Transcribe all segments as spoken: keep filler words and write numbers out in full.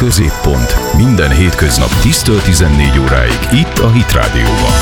Középpont. Minden hétköznap tíztől tizennégy óráig itt a Hit Rádióban.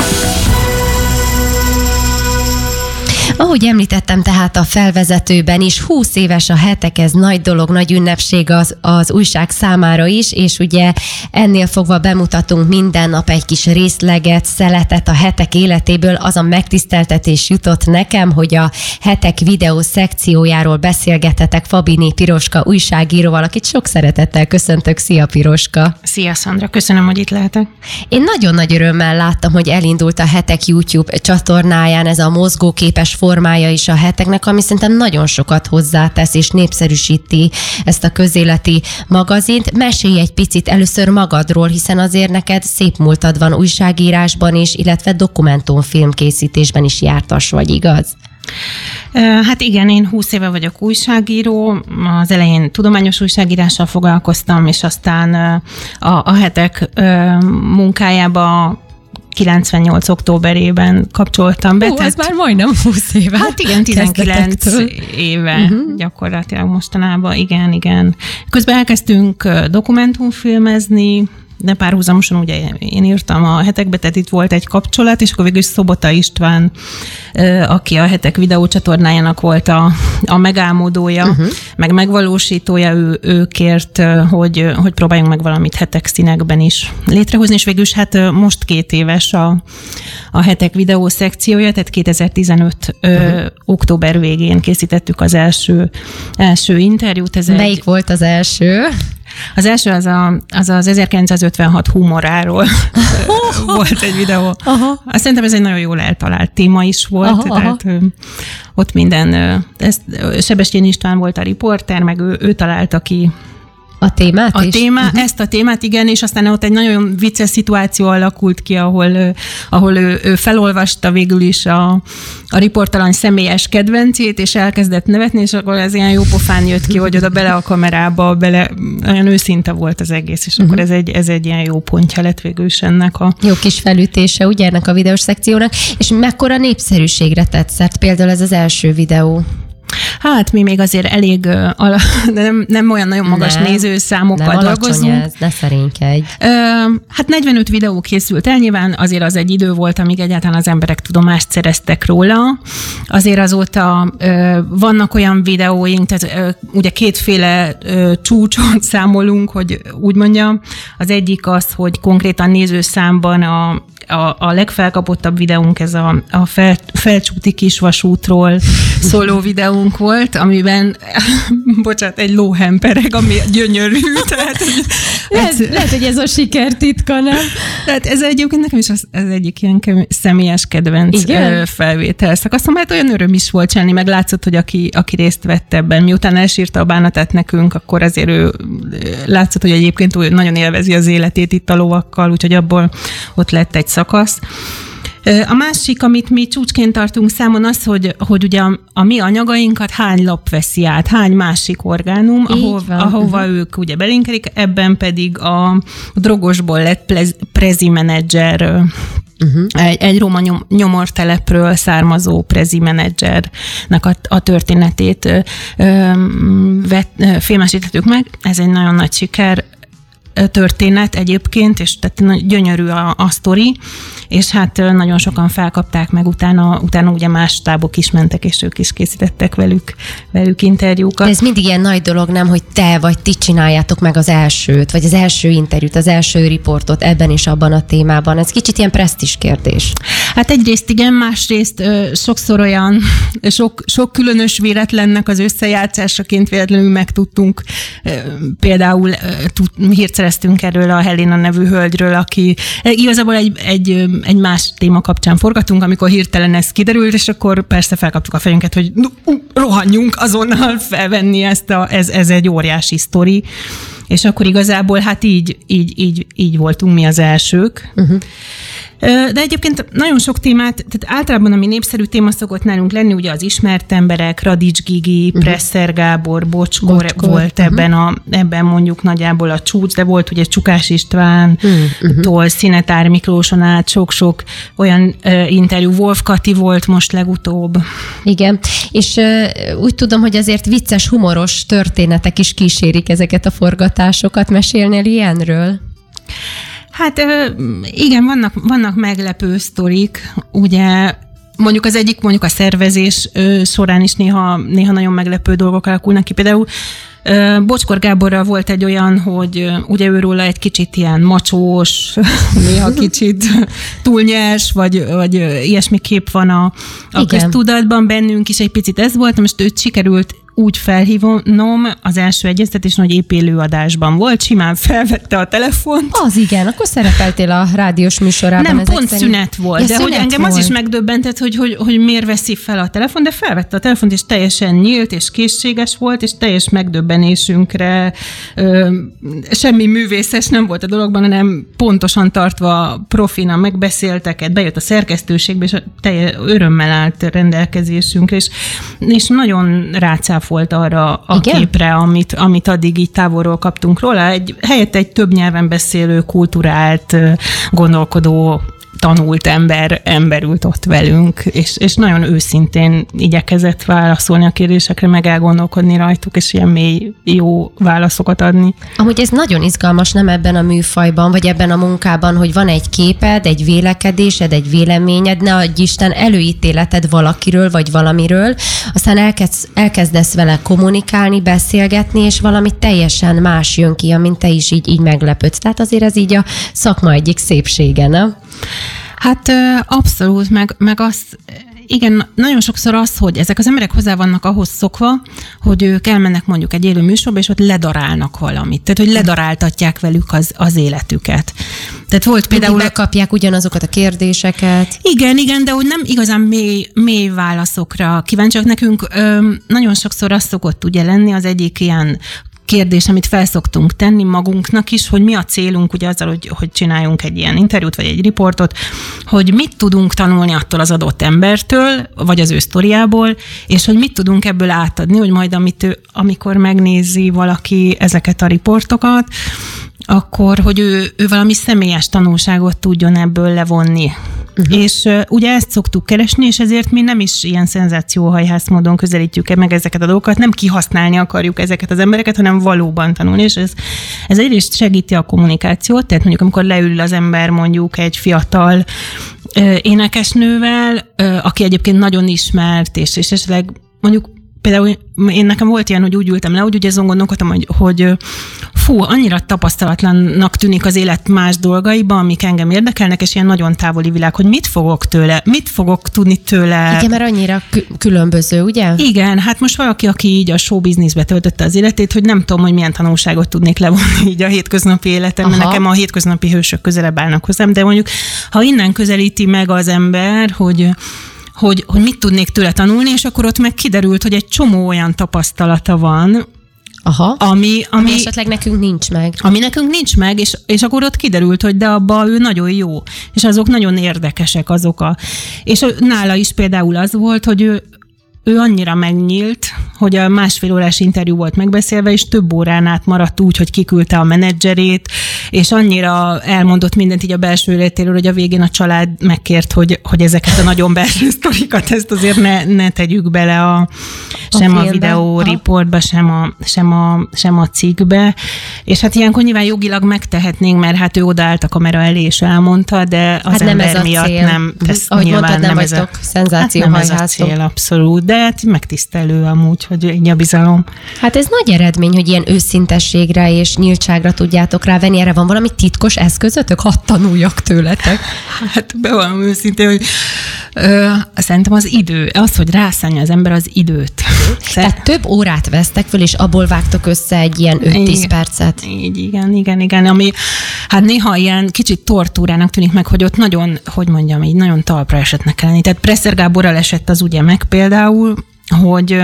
Ahogy említettem tehát a felvezetőben is, húsz éves a Hetek, ez nagy dolog, nagy ünnepség az, az újság számára is, és ugye ennél fogva bemutatunk minden nap egy kis részleget, szeletet a Hetek életéből. Az a megtiszteltetés jutott nekem, hogy a Hetek videó szekciójáról beszélgetetek Fabiné Piroska újságíróval, akit sok szeretettel köszöntök. Szia, Piroska! Szia, Szandra! Köszönöm, hogy itt lehetek. Én nagyon nagy örömmel láttam, hogy elindult a Hetek YouTube csatornáján ez a mozgóképes formája is a Heteknek, ami szerintem nagyon sokat hozzátesz és népszerűsíti ezt a közéleti magazint. Mesélj egy picit először magadról, hiszen azért neked szép múltad van újságírásban is, illetve dokumentumfilm készítésben is jártas vagy, igaz? Hát igen, én húsz éve vagyok újságíró, az elején tudományos újságírással foglalkoztam, és aztán a, a Hetek munkájába kilencvennyolc októberében kapcsoltam be. Ó, ez már majdnem húsz éve. Hát igen, tizenkilenc éve uh-huh. gyakorlatilag mostanában, igen, igen. Közben elkezdtünk dokumentumfilmezni, de párhuzamosan ugye én írtam a Hetekbe, tehát itt volt egy kapcsolat, és akkor végül is Szobota István, aki a Hetek videócsatornájának volt a, a megálmodója, uh-huh. meg megvalósítója, ő, ő kért, hogy, hogy próbáljunk meg valamit Hetek színekben is létrehozni, és végül is hát most két éves a, a Hetek videó szekciója, tehát kétezer-tizenöt uh-huh. ö, október végén készítettük az első, első interjút. Ez Melyik egy, volt az első? Az első az a, az, az ezerkilencszázötvenhat humoráról volt egy videó. Aha. Azt szerintem ez egy nagyon jól eltalált téma is volt, aha, tehát aha. ott minden, ezt Sebestyén István volt a riporter, meg ő, ő találta ki a témát a is? Téma, uh-huh. Ezt a témát, igen, és aztán ott egy nagyon vicces szituáció alakult ki, ahol, ahol ő, ő felolvasta végül is a, a riportalany személyes kedvencét, és elkezdett nevetni, és akkor ez ilyen jó pofán jött ki, hogy oda bele a kamerába, bele, olyan őszinte volt az egész, és uh-huh. akkor ez egy, ez egy ilyen jó pontja lett végül is ennek a... Jó kis felütése, ugye, ennek a videós szekciónak, és mekkora népszerűségre tetszett például ez az első videó? Hát mi még azért elég, de nem, nem olyan nagyon magas nem, nézőszámokkal nem dolgozunk. Ez, ne szerénykedj. Hát negyvenöt videó készült el, nyilván azért az egy idő volt, amíg egyáltalán az emberek tudomást szereztek róla. Azért azóta vannak olyan videóink, tehát ugye kétféle csúcsot számolunk, hogy úgy mondjam. Az egyik az, hogy konkrétan nézőszámban a A, a legfelkapottabb videónk ez a, a fel, felcsúti kisvasútról szóló videónk volt, amiben, bocsánat, egy ló hempereg, ami gyönyörű. Tehát, lehet, ez, lehet, hogy ez a siker titka, nem? Tehát ez egyébként nekem is az, ez egyik ilyen kemé, személyes kedvenc igen? felvétel szakaszom, mert olyan öröm is volt csinálni, meg látszott, hogy aki, aki részt vett ebben, miután elsírta a bánatát nekünk, akkor azért ő látszott, hogy egyébként ő nagyon élvezi az életét itt a lovakkal, úgyhogy abból ott lett egy szakasz. A másik, amit mi csúcsként tartunk számon, az, hogy, hogy ugye a, a mi anyagainkat hány lap veszi át, hány másik orgánum, ahol, ahova uh-huh. ők ugye belinkelik, ebben pedig a drogosból lett Prezi menedzser, uh-huh. egy, egy roma nyom, nyomortelepről származó Prezi menedzsernek a, a történetét ö, vet, ö, filmesítettük meg. Ez egy nagyon nagy siker történet egyébként, és tehát gyönyörű a, a sztori, és hát nagyon sokan felkapták meg, utána, utána ugye más stábok is mentek, és ők is készítettek velük, velük interjúkat. De ez mindig ilyen nagy dolog, nem, hogy te vagy ti csináljátok meg az elsőt, vagy az első interjút, az első riportot ebben és abban a témában. Ez kicsit ilyen presztízs kérdés. Hát egyrészt igen, másrészt ö, sokszor olyan, sok, sok különös véletlennek az összejátszásaként véletlenül megtudtunk. Ö, például ö, tud, hírt szereztünk erről a Helena nevű hölgyről, aki igazából egy, egy, egy más téma kapcsán forgatunk, amikor hirtelen ez kiderült, és akkor persze felkaptuk a fejünket, hogy rohanjunk azonnal felvenni ezt a, ez, ez egy óriási sztori. És akkor igazából hát így, így, így, így voltunk mi az elsők. Uh-huh. De egyébként nagyon sok témát, tehát általában ami népszerű téma szokott nálunk lenni, ugye az ismert emberek, Radics Gigi, uh-huh. Presser Gábor, Bocskor, Bocskor volt uh-huh. ebben, a, ebben mondjuk nagyjából a csúcs, de volt ugye Csukás Istvántól, uh-huh. Szinetár Miklóson át sok-sok olyan uh, interjú, Wolf Kati volt most legutóbb. Igen, és uh, úgy tudom, hogy azért vicces, humoros történetek is kísérik ezeket a forgatásokat. hatásokat. Mesélnél ilyenről? Hát igen, vannak, vannak meglepő sztorik, ugye mondjuk az egyik, mondjuk a szervezés során is néha, néha nagyon meglepő dolgok alakulnak ki. Például Bocskor Gáborral volt egy olyan, hogy ugye őróla egy kicsit ilyen macsós, néha kicsit túl nyers, vagy, vagy ilyesmi kép van a, a köztudatban, bennünk is egy picit ez volt, most őt sikerült úgy felhívnom az első egyeztetésen, hogy épp élő adásban volt, simán felvette a telefont. Az igen, akkor szerepeltél a rádiós műsorában. Nem, pont szerint... szünet volt, ja, de szünet hogy engem volt. Az is megdöbbentett, hogy, hogy, hogy miért veszi fel a telefon, de felvette a telefont, és teljesen nyílt, és készséges volt, és teljes megdöbbenésünkre ö, semmi művészes nem volt a dologban, hanem pontosan tartva profina megbeszélteket, bejött a szerkesztőségbe, és teljes örömmel állt rendelkezésünkre, és, és nagyon rácáf volt arra a igen? képre, amit, amit addig így távolról kaptunk róla. Egy, helyett egy több nyelven beszélő, kulturált, gondolkodó, tanult ember, ember ült ott velünk, és, és nagyon őszintén igyekezett válaszolni a kérdésekre, meg elgondolkodni rajtuk, és ilyen mély, jó válaszokat adni. Amúgy ez nagyon izgalmas, nem ebben a műfajban, vagy ebben a munkában, hogy van egy képed, egy vélekedésed, egy véleményed, ne adj Isten, előítéleted valakiről, vagy valamiről, aztán elkezd, elkezdesz vele kommunikálni, beszélgetni, és valami teljesen más jön ki, amint te is így, így meglepődsz. Tehát azért ez így a szakma egyik szépsége, nem? Hát abszolút, meg, meg azt, igen, nagyon sokszor az, hogy ezek az emberek hozzá vannak ahhoz szokva, hogy ők elmennek mondjuk egy élő műsorba, és ott ledarálnak valamit. Tehát, hogy ledaráltatják velük az, az életüket. Tehát volt például... Megkapják ugyanazokat a kérdéseket. Igen, igen, de hogy nem igazán mély, mély válaszokra kíváncsiak. Nekünk ö, nagyon sokszor az szokott ugye lenni, az egyik ilyen kérdés, amit felszoktunk tenni magunknak is, hogy mi a célunk ugye azzal, hogy, hogy csináljunk egy ilyen interjút, vagy egy riportot, hogy mit tudunk tanulni attól az adott embertől, vagy az ő sztoriából, és hogy mit tudunk ebből átadni, hogy majd amit ő, amikor megnézi valaki ezeket a riportokat, akkor, hogy ő, ő valami személyes tanulságot tudjon ebből levonni. Uh-huh. És uh, ugye ezt szoktuk keresni, és ezért mi nem is ilyen szenzációhajhász módon közelítjük meg ezeket a dolgokat, nem kihasználni akarjuk ezeket az embereket, hanem valóban tanulni, és ez, ez egyrészt segíti a kommunikációt, tehát mondjuk amikor leül az ember mondjuk egy fiatal uh, énekesnővel, uh, aki egyébként nagyon ismert, és, és esetleg mondjuk például én nekem volt ilyen, hogy úgy ültem le, hogy ugye azon gondolkodtam, hogy, hogy fú, annyira tapasztalatlannak tűnik az élet más dolgaiba, amik engem érdekelnek, és ilyen nagyon távoli világ, hogy mit fogok tőle, mit fogok tudni tőle. Igen, mert annyira különböző, ugye? Igen, hát most valaki, aki így a showbizniszbe töltötte az életét, hogy nem tudom, hogy milyen tanulságot tudnék levonni így a hétköznapi életemben. Nekem a hétköznapi hősök közelebb állnak hozzám, de mondjuk, ha innen közelíti meg az ember, hogy Hogy, hogy mit tudnék tőle tanulni, és akkor ott meg kiderült, hogy egy csomó olyan tapasztalata van, Aha. Ami, ami, ami esetleg nekünk nincs meg. Ami nekünk nincs meg, és, és akkor ott kiderült, hogy de abban ő nagyon jó, és azok nagyon érdekesek azok a... És nála is például az volt, hogy ő, ő annyira megnyílt, hogy a másfél órás interjú volt megbeszélve, és több órán át maradt úgy, hogy kiküldte a menedzserét, és annyira elmondott mindent így a belső életéről, hogy a végén a család megkért, hogy, hogy ezeket a nagyon belső sztorikat, ezt azért ne, ne tegyük bele a, sem a, a videó riportba, sem a, sem, a, sem a cikkbe. És hát ilyenkor nyilván jogilag megtehetnénk, mert hát ő odaállt a kamera elé, és elmondta, de az hát ember nem miatt cél. nem. Ez ahogy mondtad, nem, nem vagytok szenzációhajhászok. Hát nem ez a cél, abszolút, de hát megtisztelő amúgy, hogy így a bizalom. Hát ez nagy eredmény, hogy ilyen őszintességre és nyíltságra tudjátok rávenni. Erre van valami titkos eszközötök? Hadd tanuljak tőletek. Hát bevallom őszintén, hogy ö, szerintem az idő, az, hogy rászánja az ember az időt. Tehát több órát vesztek föl, és abból vágtok össze egy ilyen öt-tíz percet. Így, igen, igen, igen. Ami hát néha ilyen kicsit tortúrának tűnik meg, hogy ott nagyon, hogy mondjam, így nagyon talpra esetnek kell lenni. Tehát Presser Gáborral esett az ugye meg például, hogy,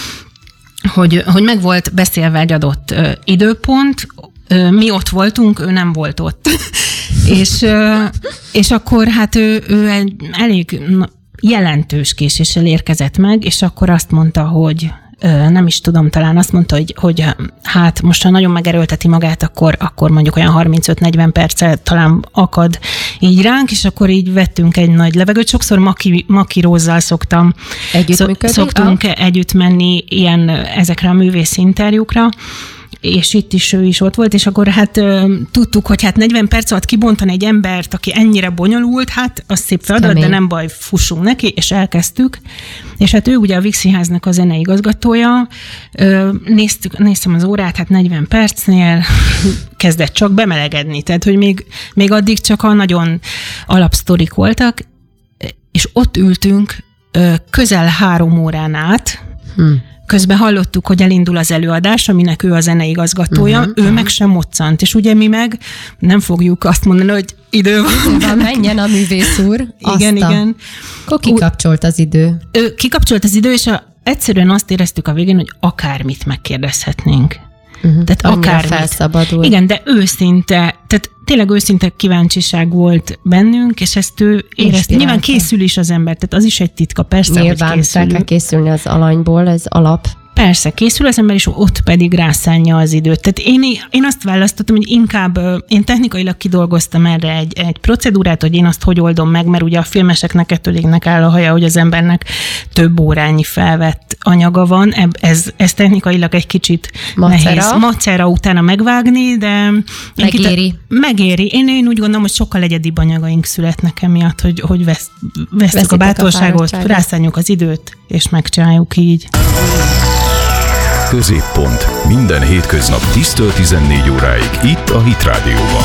hogy, hogy meg volt beszélve egy adott időpont, mi ott voltunk, ő nem volt ott. és, és akkor hát ő, ő egy elég jelentős késéssel érkezett meg, és akkor azt mondta, hogy nem is tudom, talán azt mondta, hogy, hogy hát most, ha nagyon megerőlteti magát, akkor, akkor mondjuk olyan harmincöt-negyven percet talán akad így ránk, és akkor így vettünk egy nagy levegőt. Sokszor Maki, Maki Rózzal szoktam, együtt szoktunk ah. együtt menni ilyen, ezekre a művész interjúkra, és itt is ő is ott volt, és akkor hát tudtuk, hogy hát negyven perc alatt kibontani egy embert, aki ennyire bonyolult, hát az szép feladat, de nem baj, fussunk neki, és elkezdtük. És hát ő ugye a Víg Színháznak a zeneigazgatója, néztük, néztem az órát, hát negyven percnél kezdett csak bemelegedni, tehát hogy még, még addig csak a nagyon alapsztorik voltak, és ott ültünk közel három órán át, hmm. Közben hallottuk, hogy elindul az előadás, aminek ő a zeneigazgatója, uh-huh, ő uh-huh. meg sem moccant, és ugye mi meg nem fogjuk azt mondani, hogy idő van. van menjen a művész úr. Igen, Azta. igen. Akkor kikapcsolt az idő. Ő kikapcsolt az idő, és a, egyszerűen azt éreztük a végén, hogy akármit megkérdezhetnénk. Uh-huh. Tehát akármit. Felszabadul. Igen, de őszinte, tehát tényleg őszinte kíváncsiság volt bennünk, és ezt ő érezte. Nyilván készül is az ember, tehát az is egy titka, persze, Nyilván hogy készül. Nyilván fel kell készülni az alanyból, ez alap. Persze, készül az ember, és ott pedig rászánja az időt. Tehát én, én azt választottam, hogy inkább én technikailag kidolgoztam erre egy, egy procedúrát, hogy én azt hogy oldom meg, mert ugye a filmeseknek ettől égnek áll a haja, hogy az embernek több órányi felvett anyaga van. Ez, ez technikailag egy kicsit macera. nehéz. Macera utána megvágni, de... Megéri. Kita, megéri. Én, én úgy gondolom, hogy sokkal egyedibb anyagaink születnek emiatt, hogy, hogy vesz, vesztük a bátorságot, a rászánjuk az időt, és megcsináljuk így. Középpont. Minden hétköznap tíztől tizennégy óráig itt a Hit Rádióban.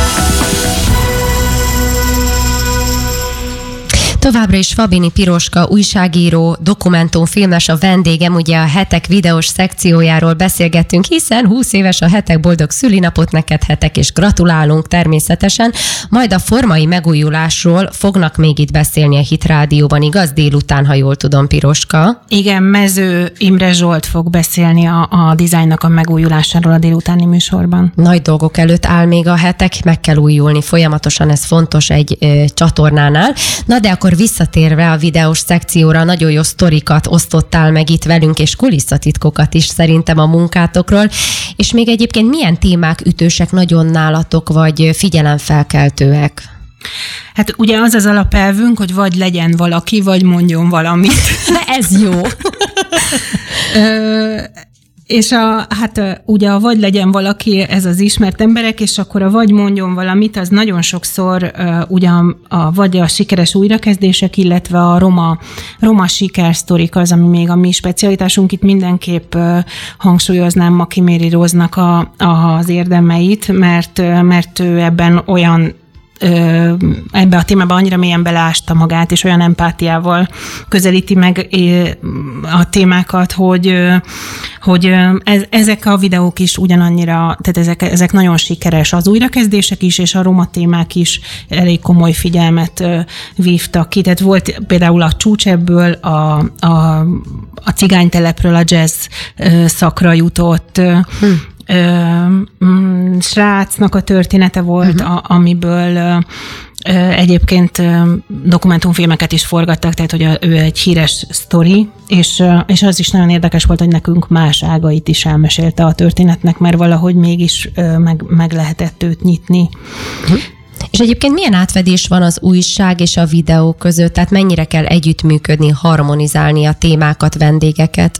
Továbbra is Fabini Piroska, újságíró, dokumentumfilmes a vendégem, ugye a Hetek videós szekciójáról beszélgettünk, hiszen húsz éves a Hetek, boldog szülinapot neked Hetek, és gratulálunk természetesen. Majd a formai megújulásról fognak még itt beszélni a Hit Rádióban, igaz? Délután, ha jól tudom, Piroska. Igen, Mező Imre Zsolt fog beszélni a, a dizájnnak a megújulásáról a délutáni műsorban. Nagy dolgok előtt áll még a Hetek, meg kell újulni folyamatosan, ez fontos egy ö, csatornánál. Na de akkor visszatérve a videós szekcióra, nagyon jó sztorikat osztottál meg itt velünk, és kulisszatitkokat is szerintem a munkátokról. És még egyébként milyen témák ütősek nagyon nálatok, vagy figyelemfelkeltőek? Hát ugye az az alapelvünk, hogy vagy legyen valaki, vagy mondjon valamit. De ez jó. És a, hát ugye a vagy legyen valaki, ez az ismert emberek, és akkor a vagy mondjon valamit, az nagyon sokszor uh, ugyan a, vagy a sikeres újrakezdések, illetve a roma, roma sikersztorik az, ami még a mi specialitásunk. Itt mindenképp uh, hangsúlyoznám Maki Méri Róznak a, a, az érdemeit, mert, mert ő ebben olyan ebbe a témába annyira mélyen beleásta magát, és olyan empátiával közelíti meg a témákat, hogy, hogy ezek a videók is ugyanannyira, tehát ezek, ezek nagyon sikeres. Az újrakezdések is, és a roma témák is elég komoly figyelmet vívtak ki. Tehát volt például a Csúcs ebből, a, a, a cigánytelepről a jazz szakra jutott, hm. srácnak a története volt, uh-huh. a, amiből egyébként dokumentumfilmeket is forgattak, tehát hogy ő egy híres sztori, és, és az is nagyon érdekes volt, hogy nekünk más ágait is elmesélte a történetnek, mert valahogy mégis meg, meg lehetett őt nyitni. Uh-huh. És egyébként milyen átfedés van az újság és a videó között? Tehát mennyire kell együttműködni, harmonizálni a témákat, vendégeket?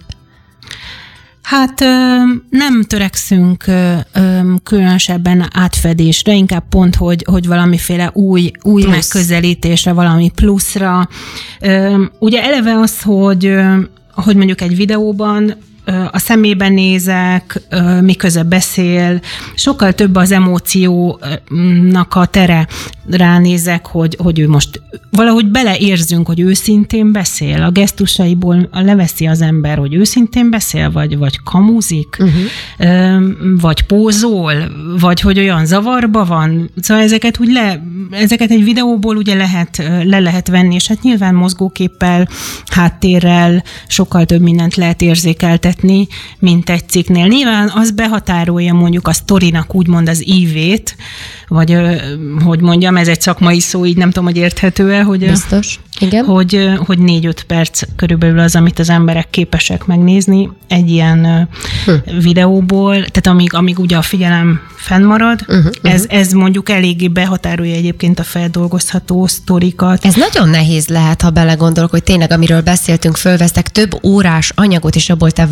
Hát nem törekszünk különösebben átfedésre, inkább pont, hogy, hogy valamiféle új, új megközelítésre, valami pluszra. Ugye eleve az, hogy, hogy mondjuk egy videóban a szemében nézek, miközben beszél, sokkal több az emóciónak a tere, ránézek, hogy, hogy ő most valahogy beleérzünk, hogy őszintén beszél. A gesztusaiból leveszi az ember, hogy őszintén beszél, vagy, vagy kamuzik, uh-huh. vagy pózol, vagy hogy olyan zavarba van. Szóval ezeket úgy le, ezeket egy videóból ugye lehet, le lehet venni, és hát nyilván mozgóképpel, háttérrel sokkal több mindent lehet érzékeltetni, mint egy cikknél. Nyilván az behatárolja mondjuk a sztorinak úgymond az ívét, vagy hogy mondjam, ez egy szakmai szó, így nem tudom, hogy érthető-e, hogy, biztos. Igen. hogy, hogy négy-öt perc körülbelül az, amit az emberek képesek megnézni egy ilyen hm. videóból, tehát amíg, amíg ugye a figyelem fennmarad, uh-huh, ez, uh-huh. ez mondjuk eléggé behatárolja egyébként a feldolgozható sztorikat. Ez nagyon nehéz lehet, ha belegondolok, hogy tényleg, amiről beszéltünk, fölvesztek több órás anyagot, és abból te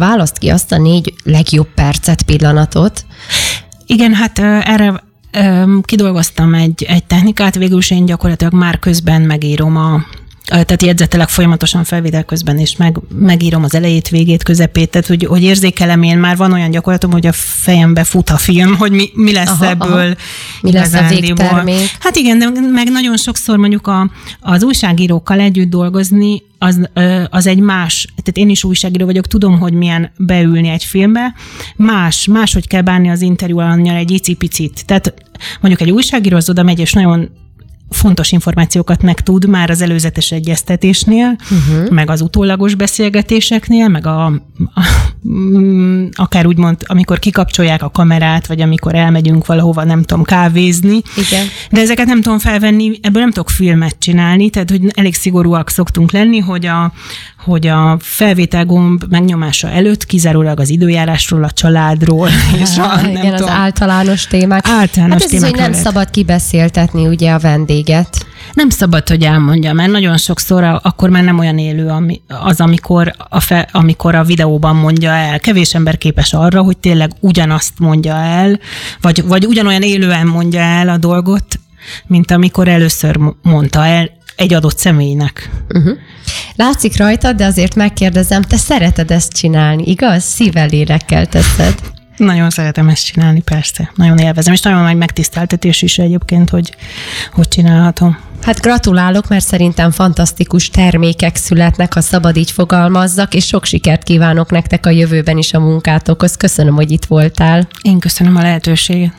választ ki azt a négy legjobb percet, pillanatot. Igen, hát erre kidolgoztam egy, egy technikát, végül is én gyakorlatilag már közben megírom a tehát jegyzetelek folyamatosan felvétel közben, és meg, megírom az elejét, végét, közepét, tehát hogy, hogy érzékelem én, már van olyan gyakorlatom, hogy a fejembe fut a film, hogy mi, mi lesz aha, ebből. Aha. Mi lesz a végtermék. Hát igen, de meg nagyon sokszor mondjuk a, az újságírókkal együtt dolgozni, az, az egy más, tehát én is újságíró vagyok, tudom, hogy milyen beülni egy filmbe, más, máshogy kell bánni az interjú alanyjal egy icipicit. Tehát mondjuk egy újságíró az oda megy, és nagyon fontos információkat megtud már az előzetes egyeztetésnél, uh-huh. meg az utólagos beszélgetéseknél, meg a, a, akár úgymond, amikor kikapcsolják a kamerát, vagy amikor elmegyünk valahova, nem tudom, kávézni. Igen. De ezeket nem tudom felvenni, ebből nem tudok filmet csinálni, tehát hogy elég szigorúak szoktunk lenni, hogy a, hogy a felvételgomb megnyomása előtt kizárólag az időjárásról, a családról, és a, nem igen, tudom, az általános témák. Általános hát ez témák az, hogy nem lehet. Szabad kibeszéltetni ugye a vendéget. Nem szabad, hogy elmondja, mert nagyon sokszor akkor már nem olyan élő ami, az, amikor a, fe, amikor a videóban mondja el. Kevés ember képes arra, hogy tényleg ugyanazt mondja el, vagy, vagy ugyanolyan élően mondja el a dolgot, mint amikor először mondta el egy adott személynek. Uh-huh. Látszik rajtad, de azért megkérdezem, te szereted ezt csinálni, igaz? Szívvel, lélekkel teszed. Nagyon szeretem ezt csinálni, persze. Nagyon élvezem, és nagyon nagy megtiszteltetés is egyébként, hogy, hogy csinálhatom. Hát gratulálok, mert szerintem fantasztikus termékek születnek, ha szabad így fogalmazzak, és sok sikert kívánok nektek a jövőben is a munkátokhoz. Köszönöm, hogy itt voltál. Én köszönöm a lehetőséget.